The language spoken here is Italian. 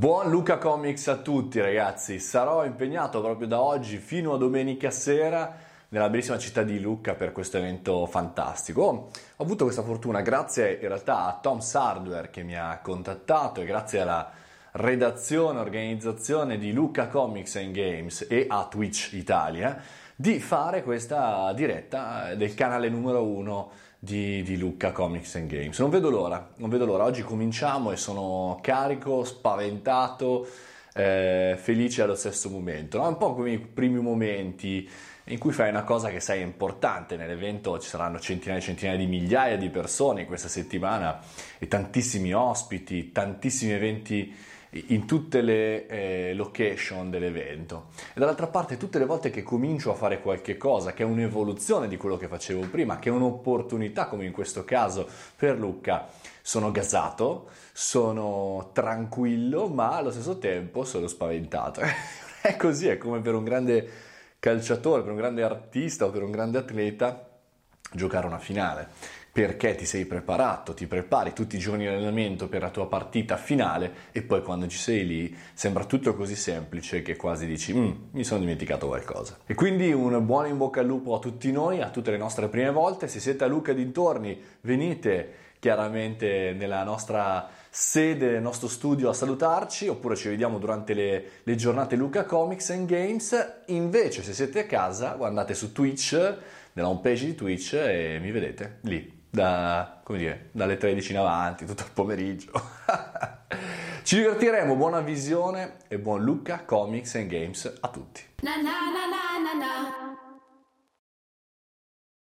Buon Luca Comics a tutti ragazzi, sarò impegnato proprio da oggi fino a domenica sera nella bellissima città di Lucca per questo evento fantastico. Ho avuto questa fortuna grazie in realtà a Tom's Hardware che mi ha contattato e grazie alla redazione, organizzazione di Lucca Comics and Games e a Twitch Italia di fare questa diretta del canale numero 1 di Lucca Comics and Games. Non vedo l'ora. Oggi cominciamo e sono carico, spaventato, felice allo stesso momento. No? Un po' come i primi momenti in cui fai una cosa che sai è importante. Nell'evento ci saranno centinaia e centinaia di migliaia di persone questa settimana e tantissimi ospiti, tantissimi eventi in tutte le location dell'evento. E dall'altra parte tutte le volte che comincio a fare qualche cosa che è un'evoluzione di quello che facevo prima, che è un'opportunità come in questo caso per Lucca, sono gasato, sono tranquillo, ma allo stesso tempo sono spaventato. È così, è come per un grande calciatore, per un grande artista o per un grande atleta giocare una finale, perché ti sei preparato, ti prepari tutti i giorni di allenamento per la tua partita finale e poi quando ci sei lì sembra tutto così semplice che quasi dici mi sono dimenticato qualcosa. E quindi un buon in bocca al lupo a tutti noi, a tutte le nostre prime volte. Se siete a Lucca dintorni venite chiaramente nella nostra sede, nel nostro studio a salutarci, oppure ci vediamo durante le giornate Lucca Comics and Games. Invece se siete a casa guardate su Twitch, nella homepage di Twitch, e mi vedete lì dalle 13 in avanti tutto il pomeriggio. Ci divertiremo, buona visione e buon Lucca Comics and Games a tutti. Na na na na na na.